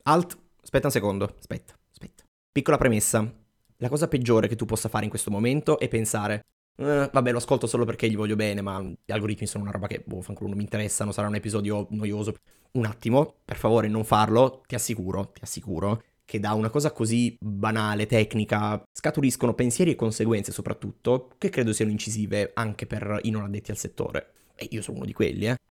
Alt, aspetta un secondo, aspetta. Piccola premessa. La cosa peggiore che tu possa fare in questo momento è pensare vabbè, lo ascolto solo perché gli voglio bene, ma gli algoritmi sono una roba che, fanculo, non mi interessano, sarà un episodio noioso. Un attimo, per favore, non farlo, ti assicuro, che da una cosa così banale, tecnica, scaturiscono pensieri e conseguenze soprattutto, che credo siano incisive anche per i non addetti al settore. E io sono uno di quelli, eh.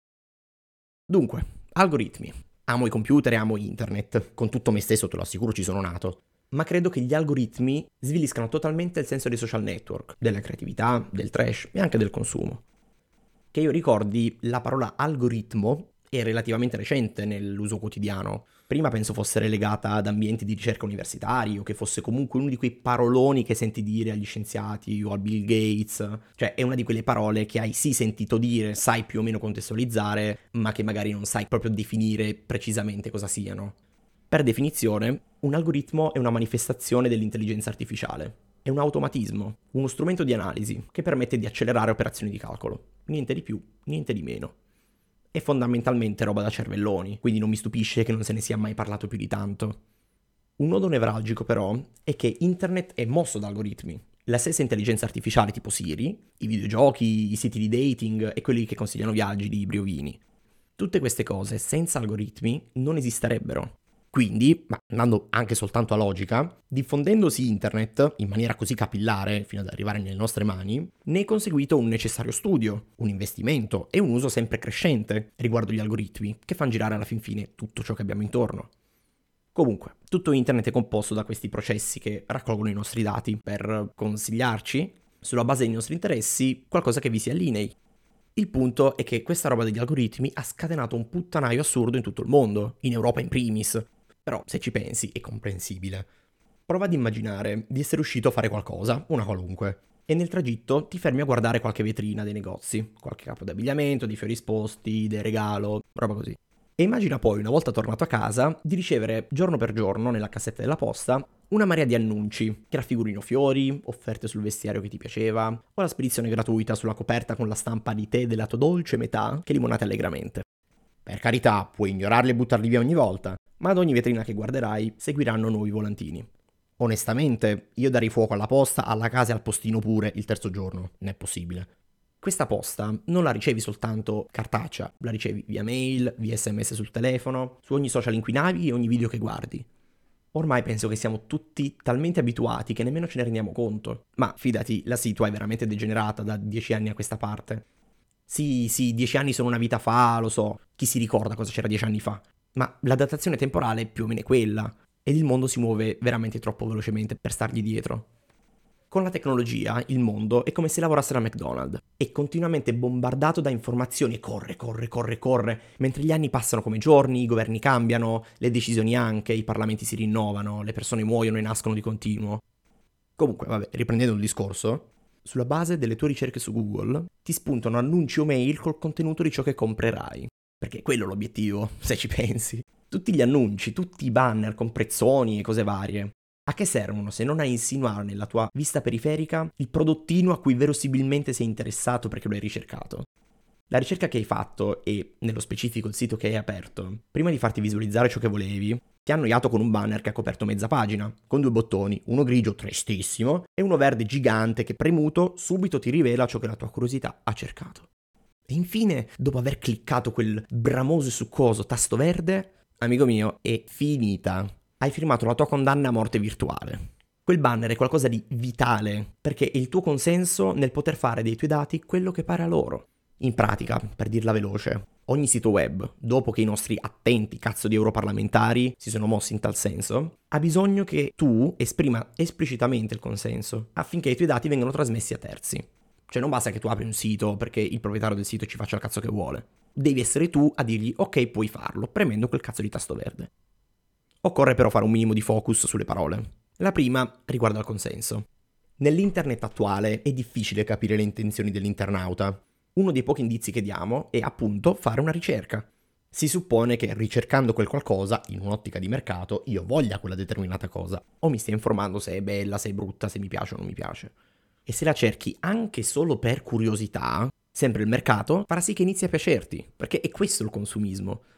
Dunque, algoritmi. Amo i computer e amo internet, con tutto me stesso te lo assicuro ci sono nato. Ma credo che gli algoritmi sviliscano totalmente il senso dei social network, della creatività, del trash e anche del consumo. Che io ricordi, la parola algoritmo è relativamente recente nell'uso quotidiano. Prima penso fosse relegata ad ambienti di ricerca universitari o che fosse comunque uno di quei paroloni che senti dire agli scienziati o a Bill Gates. Cioè è una di quelle parole che hai sì sentito dire, sai più o meno contestualizzare, ma che magari non sai proprio definire precisamente cosa siano. Per definizione, un algoritmo è una manifestazione dell'intelligenza artificiale. È un automatismo, uno strumento di analisi che permette di accelerare operazioni di calcolo. Niente di più, niente di meno. È fondamentalmente roba da cervelloni, quindi non mi stupisce che non se ne sia mai parlato più di tanto. Un nodo nevralgico però è che internet è mosso da algoritmi. La stessa intelligenza artificiale tipo Siri, i videogiochi, i siti di dating e quelli che consigliano viaggi, libri o vini. Tutte queste cose senza algoritmi non esisterebbero. Quindi, ma andando anche soltanto a logica, diffondendosi internet in maniera così capillare fino ad arrivare nelle nostre mani, ne è conseguito un necessario studio, un investimento e un uso sempre crescente riguardo gli algoritmi che fanno girare alla fin fine tutto ciò che abbiamo intorno. Comunque, tutto internet è composto da questi processi che raccolgono i nostri dati per consigliarci, sulla base dei nostri interessi, qualcosa che vi si allinei. Il punto è che questa roba degli algoritmi ha scatenato un puttanaio assurdo in tutto il mondo, in Europa in primis. Però, se ci pensi, è comprensibile. Prova ad immaginare di essere uscito a fare qualcosa, una qualunque, e nel tragitto ti fermi a guardare qualche vetrina dei negozi, qualche capo d'abbigliamento, dei fiori esposti, del regalo, roba così. E immagina poi, una volta tornato a casa, di ricevere giorno per giorno nella cassetta della posta una marea di annunci, che raffigurino fiori, offerte sul vestiario che ti piaceva, o la spedizione gratuita sulla coperta con la stampa di tè della tua dolce metà che limonate allegramente. Per carità, puoi ignorarli e buttarli via ogni volta, ma ad ogni vetrina che guarderai seguiranno nuovi volantini. Onestamente, io darei fuoco alla posta, alla casa e al postino pure il terzo giorno, non è possibile. Questa posta non la ricevi soltanto cartacea, la ricevi via mail, via sms sul telefono, su ogni social in cui navighi e ogni video che guardi. Ormai penso che siamo tutti talmente abituati che nemmeno ce ne rendiamo conto. Ma fidati, la situa è veramente degenerata da 10 anni a questa parte. Sì, 10 anni sono una vita fa, lo so, chi si ricorda cosa c'era 10 anni fa? Ma la datazione temporale più o meno è quella, ed il mondo si muove veramente troppo velocemente per stargli dietro. Con la tecnologia, il mondo è come se lavorasse alla McDonald's. È continuamente bombardato da informazioni e corre, mentre gli anni passano come giorni, i governi cambiano, le decisioni anche, i parlamenti si rinnovano, le persone muoiono e nascono di continuo. Comunque, vabbè, riprendendo il discorso, sulla base delle tue ricerche su Google ti spuntano annunci o mail col contenuto di ciò che comprerai. Perché quello è l'obiettivo, se ci pensi. Tutti gli annunci, tutti i banner con prezzoni e cose varie. A che servono se non a insinuare nella tua vista periferica il prodottino a cui verosimilmente sei interessato perché lo hai ricercato? La ricerca che hai fatto e, nello specifico, il sito che hai aperto, prima di farti visualizzare ciò che volevi, ti ha annoiato con un banner che ha coperto mezza pagina, con 2 bottoni, uno grigio tristissimo e uno verde gigante che premuto subito ti rivela ciò che la tua curiosità ha cercato. E infine, dopo aver cliccato quel bramoso e succoso tasto verde, amico mio, è finita. Hai firmato la tua condanna a morte virtuale. Quel banner è qualcosa di vitale, perché è il tuo consenso nel poter fare dei tuoi dati quello che pare a loro. In pratica, per dirla veloce, ogni sito web, dopo che i nostri attenti cazzo di europarlamentari si sono mossi in tal senso, ha bisogno che tu esprima esplicitamente il consenso affinché i tuoi dati vengano trasmessi a terzi. Cioè non basta che tu apri un sito perché il proprietario del sito ci faccia il cazzo che vuole. Devi essere tu a dirgli ok, puoi farlo, premendo quel cazzo di tasto verde. Occorre però fare un minimo di focus sulle parole. La prima riguarda il consenso. Nell'internet attuale è difficile capire le intenzioni dell'internauta. Uno dei pochi indizi che diamo è appunto fare una ricerca. Si suppone che ricercando quel qualcosa, in un'ottica di mercato, io voglia quella determinata cosa, o mi stia informando se è bella, se è brutta, se mi piace o non mi piace. E se la cerchi anche solo per curiosità, sempre il mercato farà sì che inizi a piacerti, perché è questo il consumismo.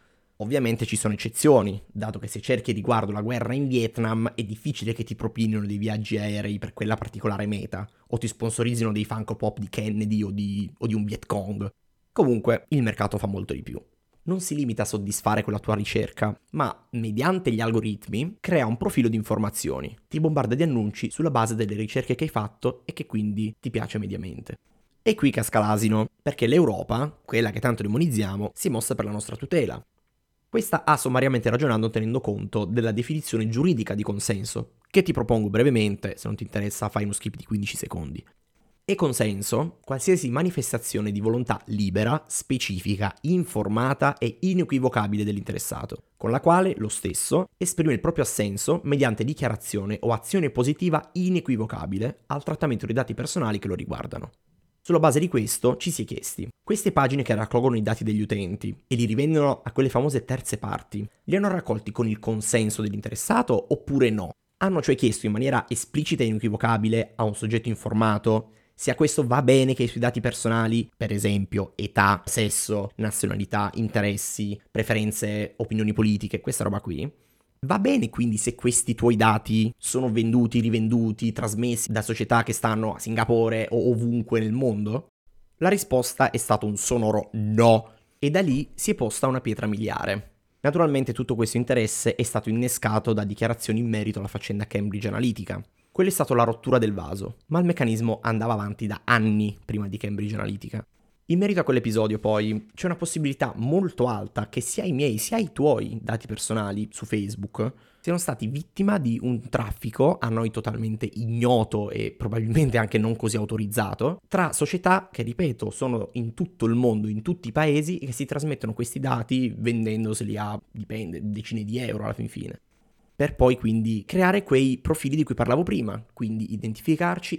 Ovviamente ci sono eccezioni, dato che se cerchi riguardo la guerra in Vietnam è difficile che ti propinino dei viaggi aerei per quella particolare meta, o ti sponsorizzino dei Funko Pop di Kennedy o di un Viet Cong. Comunque, il mercato fa molto di più. Non si limita a soddisfare quella tua ricerca, ma mediante gli algoritmi crea un profilo di informazioni, ti bombarda di annunci sulla base delle ricerche che hai fatto e che quindi ti piace mediamente. E qui casca l'asino, perché l'Europa, quella che tanto demonizziamo, si è mossa per la nostra tutela. Questa ha sommariamente ragionando tenendo conto della definizione giuridica di consenso, che ti propongo brevemente, se non ti interessa fai uno skip di 15 secondi. E consenso, qualsiasi manifestazione di volontà libera, specifica, informata e inequivocabile dell'interessato, con la quale lo stesso esprime il proprio assenso mediante dichiarazione o azione positiva inequivocabile al trattamento dei dati personali che lo riguardano. Sulla base di questo ci si è chiesti, queste pagine che raccolgono i dati degli utenti e li rivendono a quelle famose terze parti, li hanno raccolti con il consenso dell'interessato oppure no? Hanno cioè chiesto in maniera esplicita e inequivocabile a un soggetto informato se a questo va bene che i suoi dati personali, per esempio età, sesso, nazionalità, interessi, preferenze, opinioni politiche, questa roba qui, va bene quindi se questi tuoi dati sono venduti, rivenduti, trasmessi da società che stanno a Singapore o ovunque nel mondo? La risposta è stato un sonoro no, e da lì si è posta una pietra miliare. Naturalmente tutto questo interesse è stato innescato da dichiarazioni in merito alla faccenda Cambridge Analytica. Quella è stata la rottura del vaso, ma il meccanismo andava avanti da anni prima di Cambridge Analytica. In merito a quell'episodio poi c'è una possibilità molto alta che sia i miei sia i tuoi dati personali su Facebook siano stati vittima di un traffico a noi totalmente ignoto e probabilmente anche non così autorizzato tra società che, ripeto, sono in tutto il mondo, in tutti i paesi e che si trasmettono questi dati vendendoseli a, dipende, decine di euro alla fin fine. Per poi quindi creare quei profili di cui parlavo prima, quindi identificarci,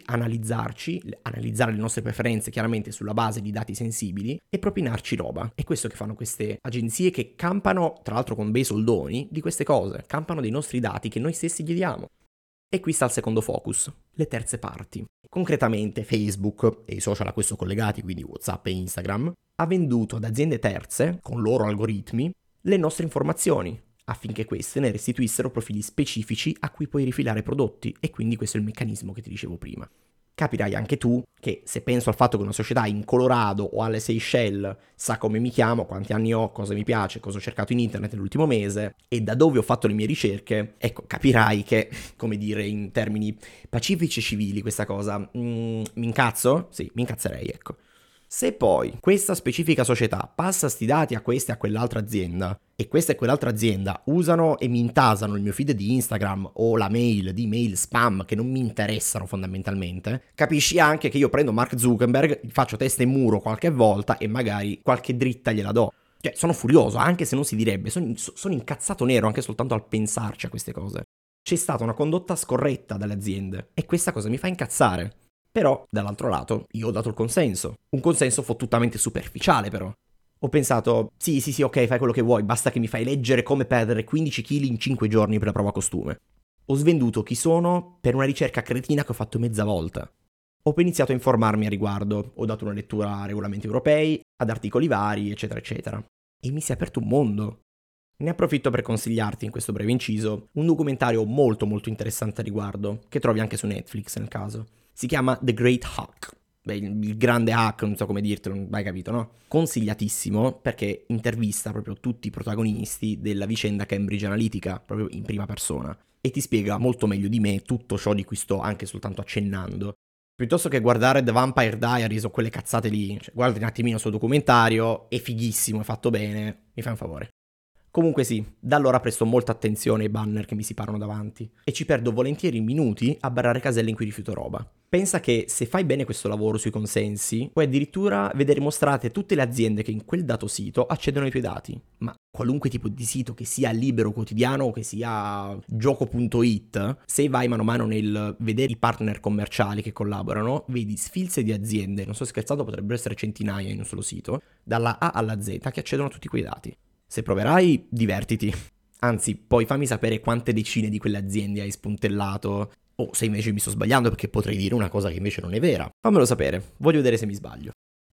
analizzare le nostre preferenze chiaramente sulla base di dati sensibili e propinarci roba. È questo che fanno queste agenzie che campano, tra l'altro con bei soldoni, di queste cose, campano dei nostri dati che noi stessi gli diamo. E qui sta il secondo focus, le terze parti. Concretamente Facebook e i social a questo collegati, quindi WhatsApp e Instagram, ha venduto ad aziende terze, con loro algoritmi, le nostre informazioni, affinché queste ne restituissero profili specifici a cui puoi rifilare prodotti, e quindi questo è il meccanismo che ti dicevo prima. Capirai anche tu che se penso al fatto che una società in Colorado o alle Seychelles sa come mi chiamo, quanti anni ho, cosa mi piace, cosa ho cercato in internet nell'ultimo mese e da dove ho fatto le mie ricerche, ecco, capirai che, come dire, in termini pacifici e civili questa cosa, mi incazzo? Sì, mi incazzerei, ecco. Se poi questa specifica società passa sti dati a questa e a quell'altra azienda e questa e quell'altra azienda usano e mi intasano il mio feed di Instagram o la mail di mail spam che non mi interessano fondamentalmente, capisci anche che io prendo Mark Zuckerberg, gli faccio testa e muro qualche volta e magari qualche dritta gliela do. Cioè, sono furioso, anche se non si direbbe, sono incazzato nero anche soltanto al pensarci a queste cose. C'è stata una condotta scorretta dalle aziende e questa cosa mi fa incazzare. Però, dall'altro lato, io ho dato il consenso. Un consenso fottutamente superficiale, però. Ho pensato, sì, ok, fai quello che vuoi, basta che mi fai leggere come perdere 15 kg in 5 giorni per la prova costume. Ho svenduto chi sono per una ricerca cretina che ho fatto mezza volta. Ho poi iniziato a informarmi a riguardo, ho dato una lettura a regolamenti europei, ad articoli vari, eccetera, eccetera. E mi si è aperto un mondo. Ne approfitto per consigliarti in questo breve inciso un documentario molto molto interessante a riguardo, che trovi anche su Netflix nel caso. Si chiama The Great Hack. Beh, il grande hack, non so come dirtelo, non hai capito, no? Consigliatissimo perché intervista proprio tutti i protagonisti della vicenda Cambridge Analytica, proprio in prima persona, e ti spiega molto meglio di me tutto ciò di cui sto anche soltanto accennando. Piuttosto che guardare The Vampire Diaries o quelle cazzate lì, cioè, guarda un attimino il suo documentario, è fighissimo, è fatto bene, mi fai un favore. Comunque sì, da allora presto molta attenzione ai banner che mi si parano davanti e ci perdo volentieri minuti a barrare caselle in cui rifiuto roba. Pensa che se fai bene questo lavoro sui consensi, puoi addirittura vedere mostrate tutte le aziende che in quel dato sito accedono ai tuoi dati. Ma qualunque tipo di sito, che sia Libero Quotidiano o che sia gioco.it, se vai mano a mano nel vedere i partner commerciali che collaborano, vedi sfilze di aziende, non sto scherzando, potrebbero essere centinaia in un solo sito, dalla A alla Z che accedono a tutti quei dati. Se proverai, divertiti. Anzi, poi fammi sapere quante decine di quelle aziende hai spuntellato, o se invece mi sto sbagliando perché potrei dire una cosa che invece non è vera. Fammelo sapere, voglio vedere se mi sbaglio.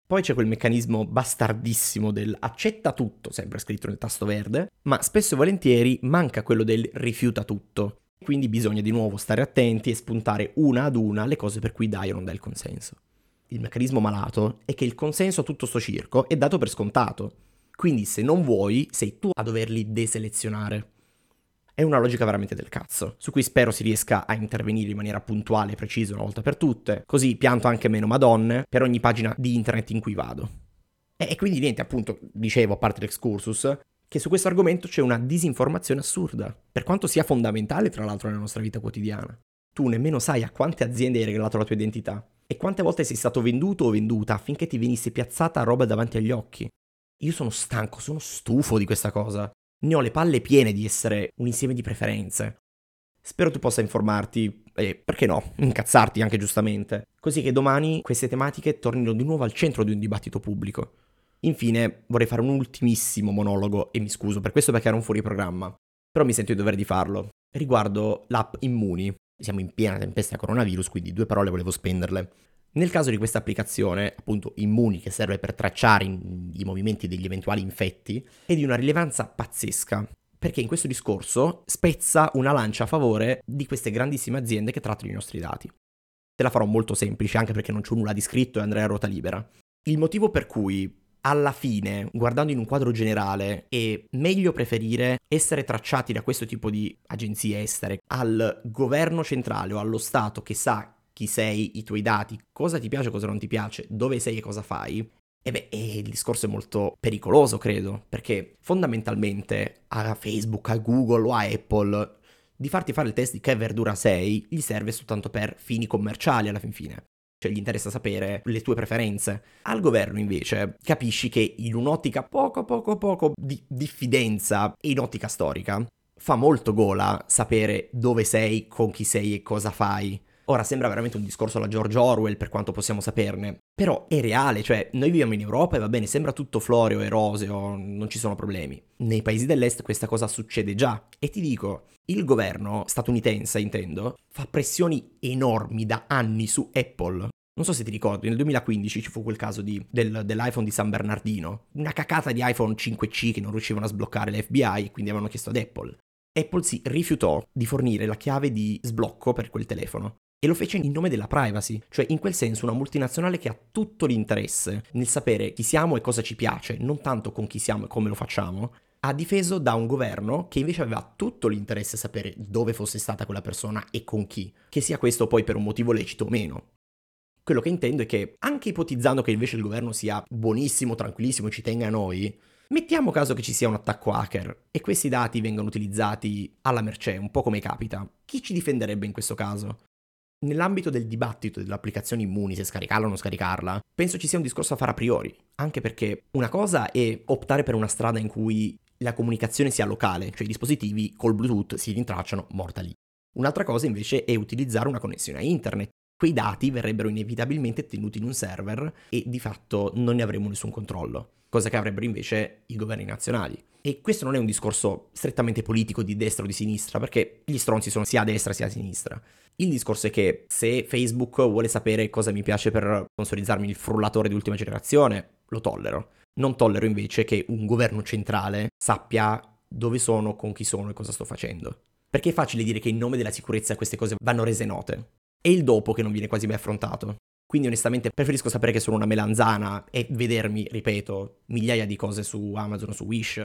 Poi c'è quel meccanismo bastardissimo del accetta tutto, sempre scritto nel tasto verde, ma spesso e volentieri manca quello del rifiuta tutto. Quindi bisogna di nuovo stare attenti e spuntare una ad una le cose per cui dai o non dai il consenso. Il meccanismo malato è che il consenso a tutto sto circo è dato per scontato. Quindi se non vuoi, sei tu a doverli deselezionare. È una logica veramente del cazzo, su cui spero si riesca a intervenire in maniera puntuale e precisa una volta per tutte, così pianto anche meno madonne per ogni pagina di internet in cui vado. E quindi niente, appunto, dicevo, a parte l'excursus, che su questo argomento c'è una disinformazione assurda, per quanto sia fondamentale tra l'altro nella nostra vita quotidiana. Tu nemmeno sai a quante aziende hai regalato la tua identità e quante volte sei stato venduto o venduta affinché ti venisse piazzata roba davanti agli occhi. Io sono stanco, sono stufo di questa cosa. Ne ho le palle piene di essere un insieme di preferenze. Spero tu possa informarti e, perché no, incazzarti anche giustamente, così che domani queste tematiche tornino di nuovo al centro di un dibattito pubblico. Infine, vorrei fare un ultimissimo monologo, e mi scuso per questo perché ero un fuori programma, però mi sento in dovere di farlo, riguardo l'app Immuni. Siamo in piena tempesta coronavirus, quindi 2 parole volevo spenderle. Nel caso di questa applicazione, appunto Immuni, che serve per tracciare i movimenti degli eventuali infetti, è di una rilevanza pazzesca, perché in questo discorso spezza una lancia a favore di queste grandissime aziende che trattano i nostri dati. Te la farò molto semplice, anche perché non c'ho nulla di scritto e andrei a ruota libera. Il motivo per cui alla fine, guardando in un quadro generale, è meglio preferire essere tracciati da questo tipo di agenzie estere al governo centrale o allo Stato che sa chi sei, i tuoi dati, cosa ti piace, cosa non ti piace, dove sei e cosa fai, il discorso è molto pericoloso, credo, perché fondamentalmente a Facebook, a Google o a Apple di farti fare il test di che verdura sei gli serve soltanto per fini commerciali alla fin fine. Cioè gli interessa sapere le tue preferenze. Al governo invece capisci che in un'ottica poco di diffidenza e in ottica storica fa molto gola sapere dove sei, con chi sei e cosa fai. Ora sembra veramente un discorso alla George Orwell per quanto possiamo saperne, però è reale, cioè noi viviamo in Europa e va bene, sembra tutto floreo e roseo, non ci sono problemi. Nei paesi dell'est questa cosa succede già e ti dico, il governo statunitense, intendo, fa pressioni enormi da anni su Apple. Non so se ti ricordi, nel 2015 ci fu quel caso dell'iPhone di San Bernardino, una cacata di iPhone 5C che non riuscivano a sbloccare l'FBI e quindi avevano chiesto ad Apple. Apple si rifiutò di fornire la chiave di sblocco per quel telefono. E lo fece in nome della privacy, cioè in quel senso una multinazionale che ha tutto l'interesse nel sapere chi siamo e cosa ci piace, non tanto con chi siamo e come lo facciamo, ha difeso da un governo che invece aveva tutto l'interesse a sapere dove fosse stata quella persona e con chi, che sia questo poi per un motivo lecito o meno. Quello che intendo è che, anche ipotizzando che invece il governo sia buonissimo, tranquillissimo e ci tenga a noi, mettiamo caso che ci sia un attacco hacker e questi dati vengano utilizzati alla mercé, un po' come capita. Chi ci difenderebbe in questo caso? Nell'ambito del dibattito dell'applicazione Immuni, se scaricarla o non scaricarla, penso ci sia un discorso a fare a priori, anche perché una cosa è optare per una strada in cui la comunicazione sia locale, cioè i dispositivi col Bluetooth si rintracciano, morta lì. Un'altra cosa invece è utilizzare una connessione a internet. Quei dati verrebbero inevitabilmente tenuti in un server e di fatto non ne avremmo nessun controllo, cosa che avrebbero invece i governi nazionali. E questo non è un discorso strettamente politico di destra o di sinistra, perché gli stronzi sono sia a destra sia a sinistra. Il discorso è che se Facebook vuole sapere cosa mi piace per sponsorizzarmi il frullatore di ultima generazione, lo tollero. Non tollero invece che un governo centrale sappia dove sono, con chi sono e cosa sto facendo. Perché è facile dire che in nome della sicurezza queste cose vanno rese note. È il dopo che non viene quasi mai affrontato. Quindi onestamente preferisco sapere che sono una melanzana e vedermi, ripeto, migliaia di cose su Amazon o su Wish.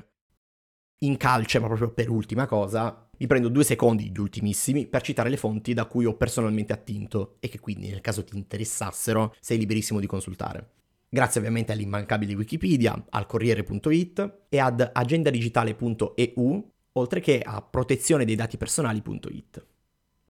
In calce, ma proprio per ultima cosa, mi prendo 2 secondi, gli ultimissimi, per citare le fonti da cui ho personalmente attinto e che quindi, nel caso ti interessassero, sei liberissimo di consultare. Grazie ovviamente all'immancabile Wikipedia, al Corriere.it e ad agendadigitale.eu, oltre che a protezione dei dati personali.it.